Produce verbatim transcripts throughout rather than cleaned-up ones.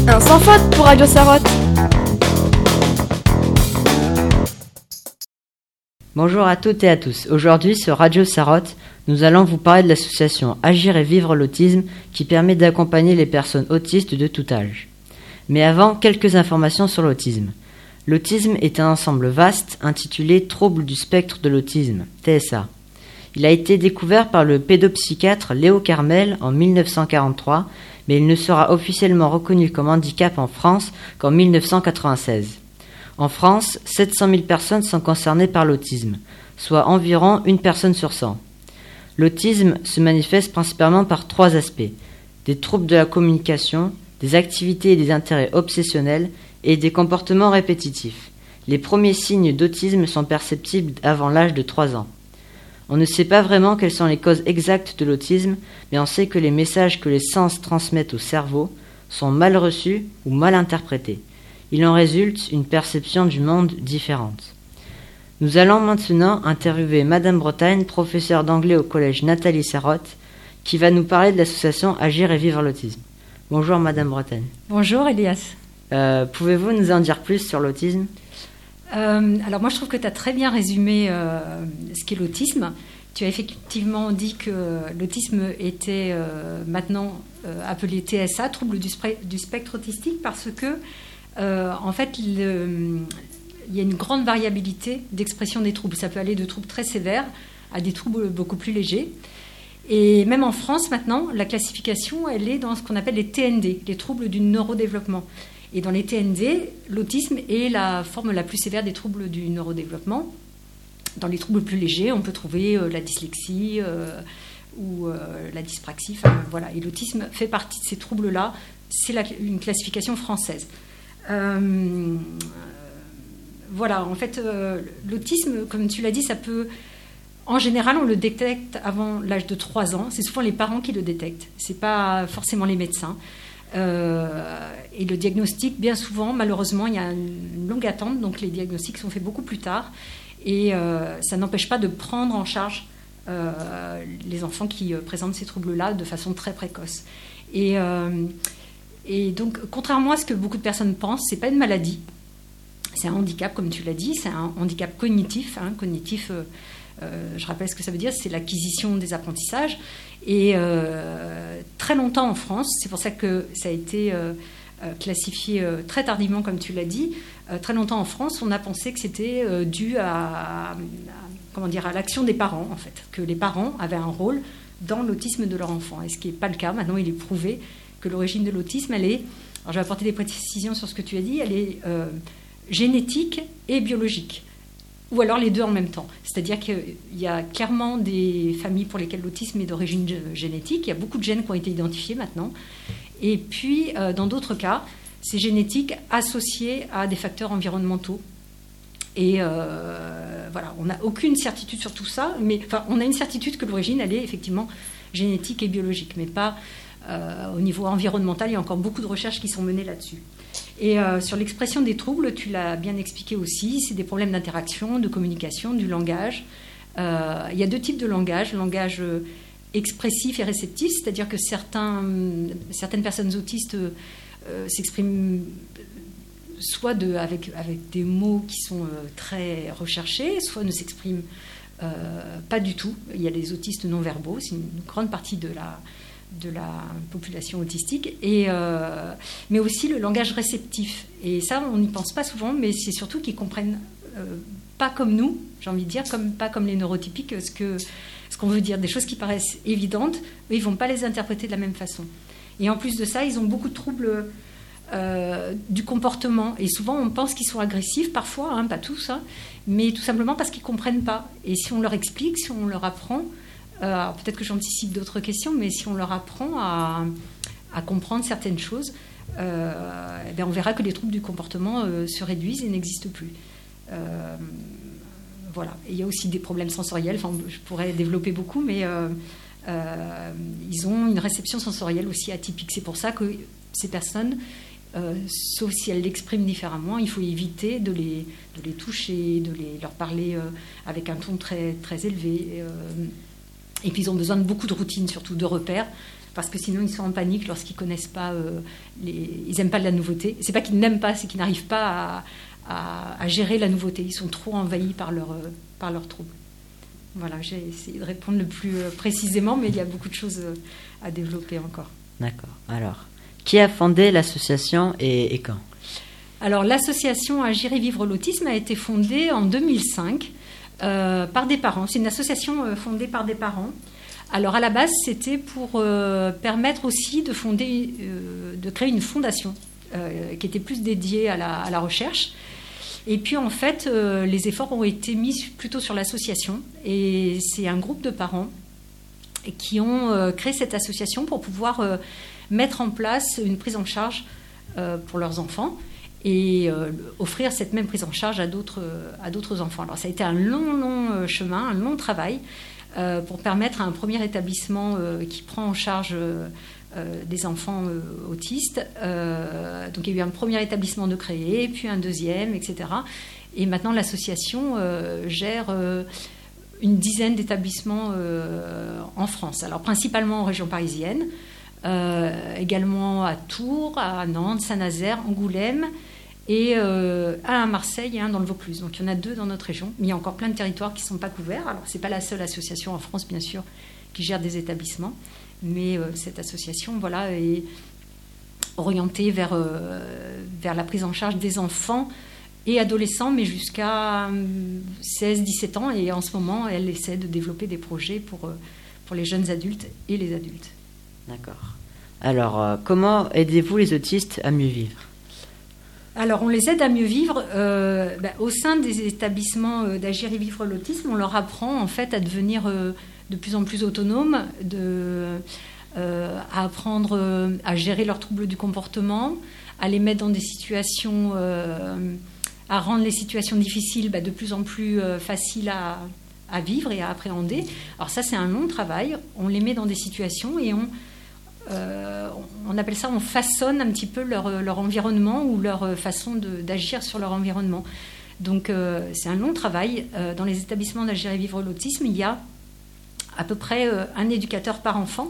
Un sans faute pour Radio Sarotte. Bonjour à toutes et à tous. Aujourd'hui sur Radio Sarotte, nous allons vous parler de l'association Agir et Vivre l'Autisme qui permet d'accompagner les personnes autistes de tout âge. Mais avant, quelques informations sur l'autisme. L'autisme est un ensemble vaste intitulé Troubles du spectre de l'autisme, T S A. Il a été découvert par le pédopsychiatre Léo Carmel en mille neuf cent quarante-trois, mais il ne sera officiellement reconnu comme handicap en France qu'en mille neuf cent quatre-vingt-seize. En France, sept cent mille personnes sont concernées par l'autisme, soit environ une personne sur cent. L'autisme se manifeste principalement par trois aspects: des troubles de la communication, des activités et des intérêts obsessionnels et des comportements répétitifs. Les premiers signes d'autisme sont perceptibles avant l'âge de trois ans. On ne sait pas vraiment quelles sont les causes exactes de l'autisme, mais on sait que les messages que les sens transmettent au cerveau sont mal reçus ou mal interprétés. Il en résulte une perception du monde différente. Nous allons maintenant interviewer Madame Bretagne, professeure d'anglais au collège Nathalie Sarotte, qui va nous parler de l'association Agir et Vivre l'Autisme. Bonjour Madame Bretagne. Bonjour Elias. Euh, pouvez-vous nous en dire plus sur l'autisme ? Euh, alors moi je trouve que tu as très bien résumé euh, ce qu'est l'autisme. Tu as effectivement dit que l'autisme était euh, maintenant euh, appelé T S A, trouble du, spre- du spectre autistique, parce que euh, en fait le, il y a une grande variabilité d'expression des troubles. Ça peut aller de troubles très sévères à des troubles beaucoup plus légers. Et même en France maintenant, la classification elle est dans ce qu'on appelle les T N D, les troubles du neurodéveloppement. Et dans les T N D, l'autisme est la forme la plus sévère des troubles du neurodéveloppement. Dans les troubles plus légers, on peut trouver euh, la dyslexie euh, ou euh, la dyspraxie. Enfin, voilà. Et l'autisme fait partie de ces troubles-là. C'est la, une classification française. Euh, voilà, en fait, euh, l'autisme, comme tu l'as dit, ça peut... En général, on le détecte avant l'âge de trois ans. C'est souvent les parents qui le détectent. Ce n'est pas forcément les médecins. Euh, et le diagnostic, bien souvent, malheureusement, il y a une longue attente, donc les diagnostics sont faits beaucoup plus tard, et euh, ça n'empêche pas de prendre en charge euh, les enfants qui euh, présentent ces troubles-là de façon très précoce. Et, euh, et donc, contrairement à ce que beaucoup de personnes pensent, c'est pas une maladie, c'est un handicap, comme tu l'as dit, c'est un handicap cognitif, hein, cognitif. Euh, euh, je rappelle ce que ça veut dire, c'est l'acquisition des apprentissages. Et euh, très longtemps en France, c'est pour ça que ça a été euh, classifié euh, très tardivement, comme tu l'as dit, euh, très longtemps en France, on a pensé que c'était euh, dû à, à, comment dire, à l'action des parents, en fait, que les parents avaient un rôle dans l'autisme de leur enfant. Et ce qui n'est pas le cas. Maintenant, il est prouvé que l'origine de l'autisme, elle est, alors je vais apporter des précisions sur ce que tu as dit, elle est euh, génétique et biologique. Ou alors les deux en même temps. C'est-à-dire qu'il y a clairement des familles pour lesquelles l'autisme est d'origine génétique. Il y a beaucoup de gènes qui ont été identifiés maintenant. Et puis, euh, dans d'autres cas, c'est génétique associé à des facteurs environnementaux. Et euh, voilà, on n'a aucune certitude sur tout ça, mais enfin, on a une certitude que l'origine, elle est effectivement génétique et biologique, mais pas euh, au niveau environnemental. Il y a encore beaucoup de recherches qui sont menées là-dessus. Et euh, sur l'expression des troubles, tu l'as bien expliqué aussi, c'est des problèmes d'interaction, de communication, du langage. Euh, il y a deux types de langage, le langage expressif et réceptif, c'est-à-dire que certains, certaines personnes autistes euh, s'expriment soit de, avec, avec des mots qui sont euh, très recherchés, soit ne s'expriment euh, pas du tout. Il y a les autistes non-verbaux, c'est une grande partie de la... de la population autistique, et, euh, mais aussi le langage réceptif. Et ça, on n'y pense pas souvent, mais c'est surtout qu'ils comprennent euh, pas comme nous, j'ai envie de dire, comme, pas comme les neurotypiques, ce, que, ce qu'on veut dire, des choses qui paraissent évidentes, eux, ils ne vont pas les interpréter de la même façon. Et en plus de ça, ils ont beaucoup de troubles euh, du comportement, et souvent on pense qu'ils sont agressifs, parfois, hein, pas tous, hein, mais tout simplement parce qu'ils ne comprennent pas. Et si on leur explique, si on leur apprend, Euh, peut-être que j'anticipe d'autres questions, mais si on leur apprend à, à comprendre certaines choses, euh, eh bien on verra que les troubles du comportement euh, se réduisent et n'existent plus. Euh, voilà. Et il y a aussi des problèmes sensoriels, enfin, je pourrais développer beaucoup, mais euh, euh, ils ont une réception sensorielle aussi atypique. C'est pour ça que ces personnes, euh, sauf si elles l'expriment différemment, il faut éviter de les, de les toucher, de les, leur parler euh, avec un ton très, très élevé. Euh, Et puis ils ont besoin de beaucoup de routine, surtout de repères, parce que sinon ils sont en panique lorsqu'ils connaissent pas, euh, les... ils n'aiment pas de la nouveauté. C'est pas qu'ils n'aiment pas, c'est qu'ils n'arrivent pas à, à, à gérer la nouveauté. Ils sont trop envahis par leur, euh, par leurs troubles. Voilà, j'ai essayé de répondre le plus euh, précisément, mais il y a beaucoup de choses euh, à développer encore. D'accord. Alors, qui a fondé l'association et, et quand ? Alors, l'association Agir et Vivre l'Autisme a été fondée en deux mille cinq euh, par des parents. C'est une association euh, fondée par des parents. Alors, à la base, c'était pour euh, permettre aussi de fonder, euh, de créer une fondation euh, qui était plus dédiée à la, à la recherche. Et puis, en fait, euh, les efforts ont été mis plutôt sur l'association. Et c'est un groupe de parents qui ont euh, créé cette association pour pouvoir euh, mettre en place une prise en charge euh, pour leurs enfants et euh, offrir cette même prise en charge à d'autres, à d'autres enfants. Alors, ça a été un long, long chemin, un long travail euh, pour permettre à un premier établissement euh, qui prend en charge euh, euh, des enfants euh, autistes. Euh, donc, il y a eu un premier établissement de créer, puis un deuxième, et cetera. Et maintenant, l'association euh, gère euh, une dizaine d'établissements euh, en France. Alors, principalement en région parisienne, euh, également à Tours, à Nantes, Saint-Nazaire, Angoulême, et euh, un à Marseille et un dans le Vaucluse. Donc, il y en a deux dans notre région. Mais il y a encore plein de territoires qui ne sont pas couverts. Alors, ce n'est pas la seule association en France, bien sûr, qui gère des établissements. Mais euh, cette association, voilà, est orientée vers, euh, vers la prise en charge des enfants et adolescents, mais jusqu'à seize dix-sept ans. Et en ce moment, elle essaie de développer des projets pour, euh, pour les jeunes adultes et les adultes. D'accord. Alors, euh, comment aidez-vous les autistes à mieux vivre ? Alors, on les aide à mieux vivre. Euh, bah, au sein des établissements euh, d'Agir et Vivre l'Autisme, on leur apprend en fait à devenir euh, de plus en plus autonomes, de, euh, à apprendre euh, à gérer leurs troubles du comportement, à les mettre dans des situations, euh, à rendre les situations difficiles bah, de plus en plus euh, faciles à, à vivre et à appréhender. Alors ça, c'est un long travail. On les met dans des situations et on... Euh, on appelle ça, on façonne un petit peu leur, leur environnement ou leur façon de, d'agir sur leur environnement. Donc euh, c'est un long travail. Euh, dans les établissements d'Agir et Vivre l'Autisme, il y a à peu près euh, un éducateur par enfant.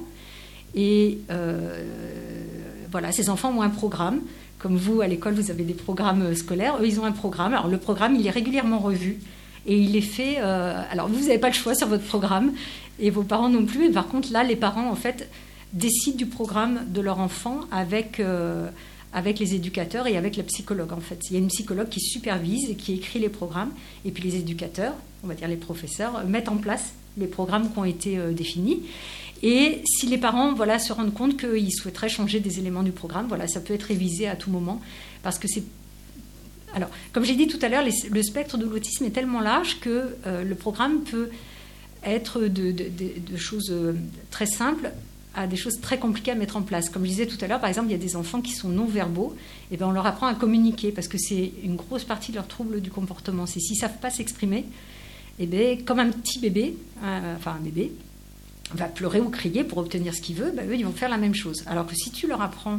Et euh, voilà, ces enfants ont un programme. Comme vous, à l'école, vous avez des programmes scolaires. Eux, ils ont un programme. Alors le programme, il est régulièrement revu. Et il est fait... Euh, alors vous n'avez pas le choix sur votre programme. Et vos parents non plus. Et par contre, là, les parents, en fait... décident du programme de leur enfant avec, euh, avec les éducateurs et avec la psychologue, en fait. Il y a une psychologue qui supervise et qui écrit les programmes. Et puis les éducateurs, on va dire les professeurs, mettent en place les programmes qui ont été euh, définis. Et si les parents voilà, se rendent compte qu'ils souhaiteraient changer des éléments du programme, voilà, ça peut être révisé à tout moment. Parce que c'est... Alors, comme j'ai dit tout à l'heure, les, le spectre de l'autisme est tellement large que euh, le programme peut être de, de, de, de choses euh, très simples à des choses très compliquées à mettre en place. Comme je disais tout à l'heure, par exemple, il y a des enfants qui sont non-verbaux, et bien on leur apprend à communiquer, parce que c'est une grosse partie de leur trouble du comportement. C'est s'ils ne savent pas s'exprimer, et bien, comme un petit bébé, euh, enfin un bébé, va pleurer ou crier pour obtenir ce qu'il veut, ben, eux, ils vont faire la même chose. Alors que si tu leur apprends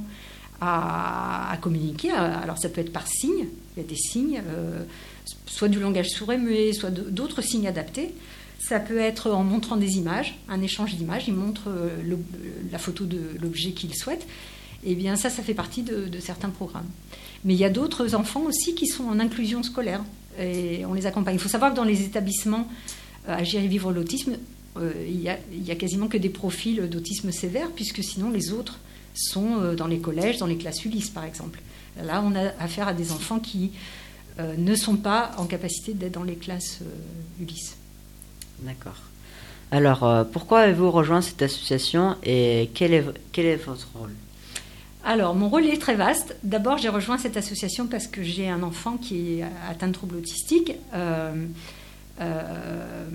à, à communiquer, alors ça peut être par signes, il y a des signes, euh, soit du langage sourd et muet, soit de, d'autres signes adaptés. Ça peut être en montrant des images, un échange d'images. Ils montrent le, la photo de l'objet qu'ils souhaitent. Et bien ça, ça fait partie de, de certains programmes. Mais il y a d'autres enfants aussi qui sont en inclusion scolaire. Et on les accompagne. Il faut savoir que dans les établissements euh, Agir et Vivre l'Autisme, euh, il y a, il y a quasiment que des profils d'autisme sévère, puisque sinon les autres sont euh, dans les collèges, dans les classes Ulysse par exemple. Là, on a affaire à des enfants qui euh, ne sont pas en capacité d'être dans les classes euh, Ulysse. D'accord. Alors, euh, pourquoi avez-vous rejoint cette association et quel est, quel est votre rôle ? Alors, mon rôle est très vaste. D'abord, j'ai rejoint cette association parce que j'ai un enfant qui est atteint de troubles autistiques. Euh, euh,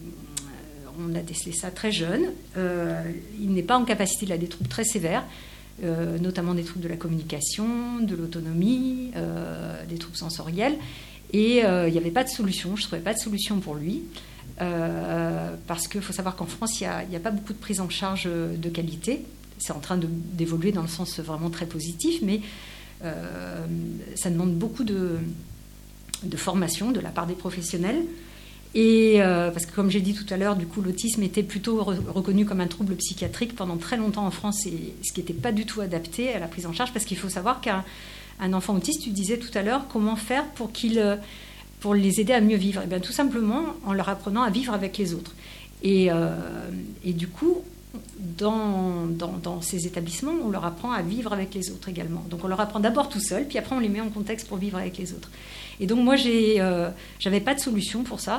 on a décelé ça très jeune. Euh, il n'est pas en capacité, il a des troubles très sévères, euh, notamment des troubles de la communication, de l'autonomie, euh, des troubles sensoriels. Et euh, il n'y avait pas de solution, je ne trouvais pas de solution pour lui. Euh, parce qu'il faut savoir qu'en France, il n'y a, a pas beaucoup de prise en charge de qualité. C'est en train de, d'évoluer dans le sens vraiment très positif, mais euh, ça demande beaucoup de, de formation de la part des professionnels. Et euh, parce que comme j'ai dit tout à l'heure, du coup, l'autisme était plutôt re- reconnu comme un trouble psychiatrique pendant très longtemps en France, et ce qui n'était pas du tout adapté à la prise en charge, parce qu'il faut savoir qu'un un enfant autiste, tu disais tout à l'heure, comment faire pour, qu'il, pour les aider à mieux vivre? Et bien, tout simplement en leur apprenant à vivre avec les autres. Et, euh, et du coup, dans, dans, dans ces établissements, on leur apprend à vivre avec les autres également. Donc on leur apprend d'abord tout seul, puis après on les met en contexte pour vivre avec les autres. Et donc moi, j'ai, euh, j'avais pas de solution pour ça.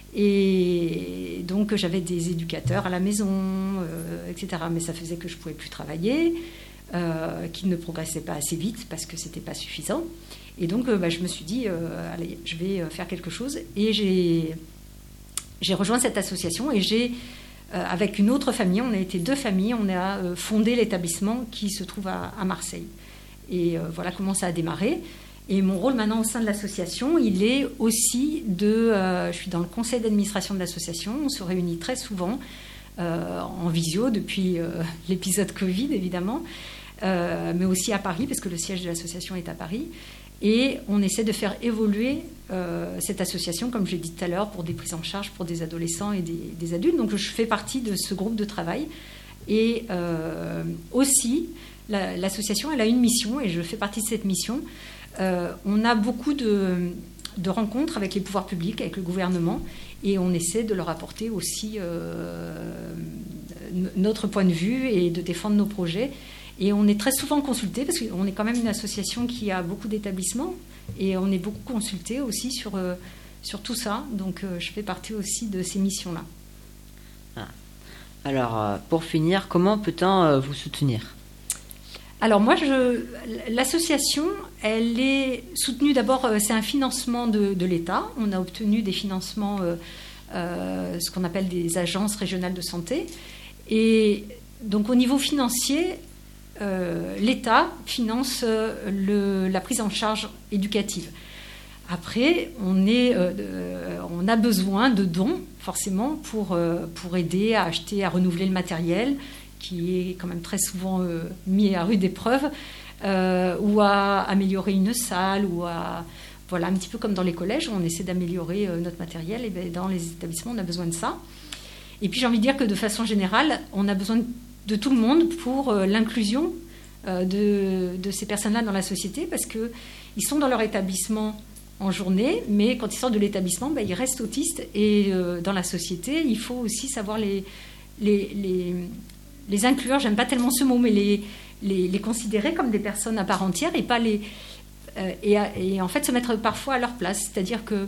Et donc j'avais des éducateurs à la maison, euh, et cetera. Mais ça faisait que je ne pouvais plus travailler, euh, qu'ils ne progressaient pas assez vite parce que ce n'était pas suffisant. Et donc euh, bah, je me suis dit, euh, allez, je vais faire quelque chose. Et j'ai, j'ai rejoint cette association et j'ai, euh, avec une autre famille, on a été deux familles, on a euh, fondé l'établissement qui se trouve à, à Marseille. Et euh, voilà comment ça a démarré. Et mon rôle maintenant au sein de l'association, il est aussi de... Euh, je suis dans le conseil d'administration de l'association, on se réunit très souvent euh, en visio depuis euh, l'épisode Covid évidemment, euh, mais aussi à Paris parce que le siège de l'association est à Paris. Et on essaie de faire évoluer euh, cette association, comme j'ai dit tout à l'heure, pour des prises en charge pour des adolescents et des, des adultes. Donc je fais partie de ce groupe de travail. Et euh, aussi, la, l'association, elle a une mission et je fais partie de cette mission. Euh, on a beaucoup de, de rencontres avec les pouvoirs publics, avec le gouvernement, et on essaie de leur apporter aussi euh, notre point de vue et de défendre nos projets. Et on est très souvent consulté, parce qu'on est quand même une association qui a beaucoup d'établissements, et on est beaucoup consulté aussi sur, euh, sur tout ça. Donc euh, je fais partie aussi de ces missions-là. Ah. Alors, euh, pour finir, comment peut-on euh, vous soutenir ? Alors moi, je, l'association, elle est soutenue d'abord, c'est un financement de, de l'État. On a obtenu des financements, euh, euh, ce qu'on appelle des agences régionales de santé. Et donc au niveau financier, euh, l'État finance le, la prise en charge éducative. Après, on, est, euh, on a besoin de dons, forcément, pour, euh, pour aider à acheter, à renouveler le matériel, qui est quand même très souvent euh, mis à rude épreuve, euh, ou à améliorer une salle, ou à... Voilà, un petit peu comme dans les collèges, où on essaie d'améliorer euh, notre matériel, et bien dans les établissements, on a besoin de ça. Et puis j'ai envie de dire que de façon générale, on a besoin de tout le monde pour euh, l'inclusion euh, de, de ces personnes-là dans la société, parce qu'ils sont dans leur établissement en journée, mais quand ils sortent de l'établissement, ben, ils restent autistes, et euh, dans la société, il faut aussi savoir les... les, les les inclure, j'aime pas tellement ce mot, mais les, les, les considérer comme des personnes à part entière et pas les euh, et, et en fait se mettre parfois à leur place, c'est-à-dire que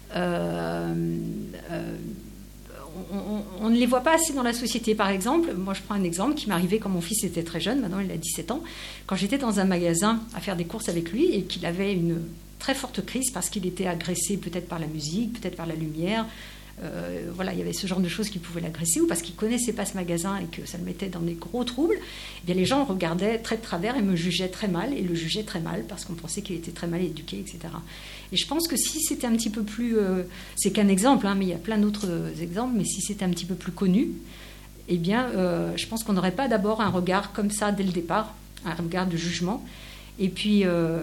euh, euh, on, on, on ne les voit pas assez dans la société. Par exemple, moi je prends un exemple qui m'est arrivé quand mon fils était très jeune, maintenant il a dix-sept ans, quand j'étais dans un magasin à faire des courses avec lui et qu'il avait une très forte crise parce qu'il était agressé peut-être par la musique, peut-être par la lumière. Euh, voilà, il y avait ce genre de choses qui pouvaient l'agresser, ou parce qu'il ne connaissait pas ce magasin et que ça le mettait dans des gros troubles. Eh bien, les gens regardaient très de travers et me jugeaient très mal, et le jugeaient très mal parce qu'on pensait qu'il était très mal éduqué, et cetera. Et je pense que si c'était un petit peu plus... Euh, c'est qu'un exemple, hein, mais il y a plein d'autres exemples, mais si c'était un petit peu plus connu, eh bien, euh, je pense qu'on n'aurait pas d'abord un regard comme ça dès le départ, un regard de jugement. Et puis... Euh,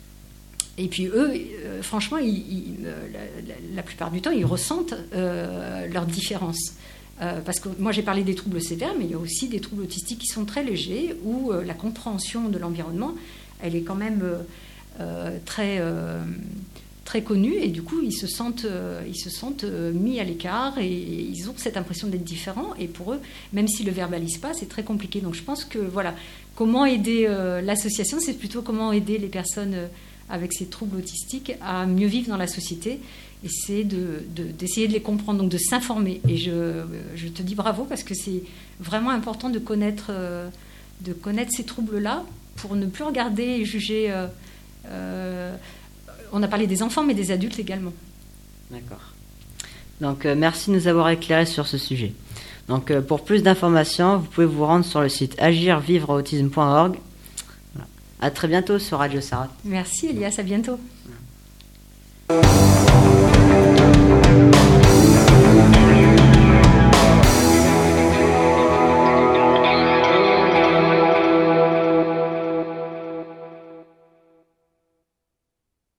Et puis eux, euh, franchement, ils, ils, euh, la, la plupart du temps, ils ressentent euh, leurs différences. Euh, parce que moi, j'ai parlé des troubles sévères, mais il y a aussi des troubles autistiques qui sont très légers, où euh, la compréhension de l'environnement, elle est quand même euh, euh, très, euh, très connue, et du coup, ils se sentent, euh, ils se sentent euh, mis à l'écart, et, et ils ont cette impression d'être différents, et pour eux, même s'ils ne le verbalisent pas, c'est très compliqué. Donc je pense que, voilà, comment aider euh, l'association, c'est plutôt comment aider les personnes... Euh, avec ces troubles autistiques, à mieux vivre dans la société. Et c'est de, de, d'essayer de les comprendre, donc de s'informer. Et je, je te dis bravo, parce que c'est vraiment important de connaître, euh, de connaître ces troubles-là pour ne plus regarder et juger. Euh, euh, on a parlé des enfants, mais des adultes également. D'accord. Donc, euh, merci de nous avoir éclairé sur ce sujet. Donc, euh, pour plus d'informations, vous pouvez vous rendre sur le site agir vivre autisme point org. À très bientôt sur Radio Sarot. Merci Elias, à bientôt.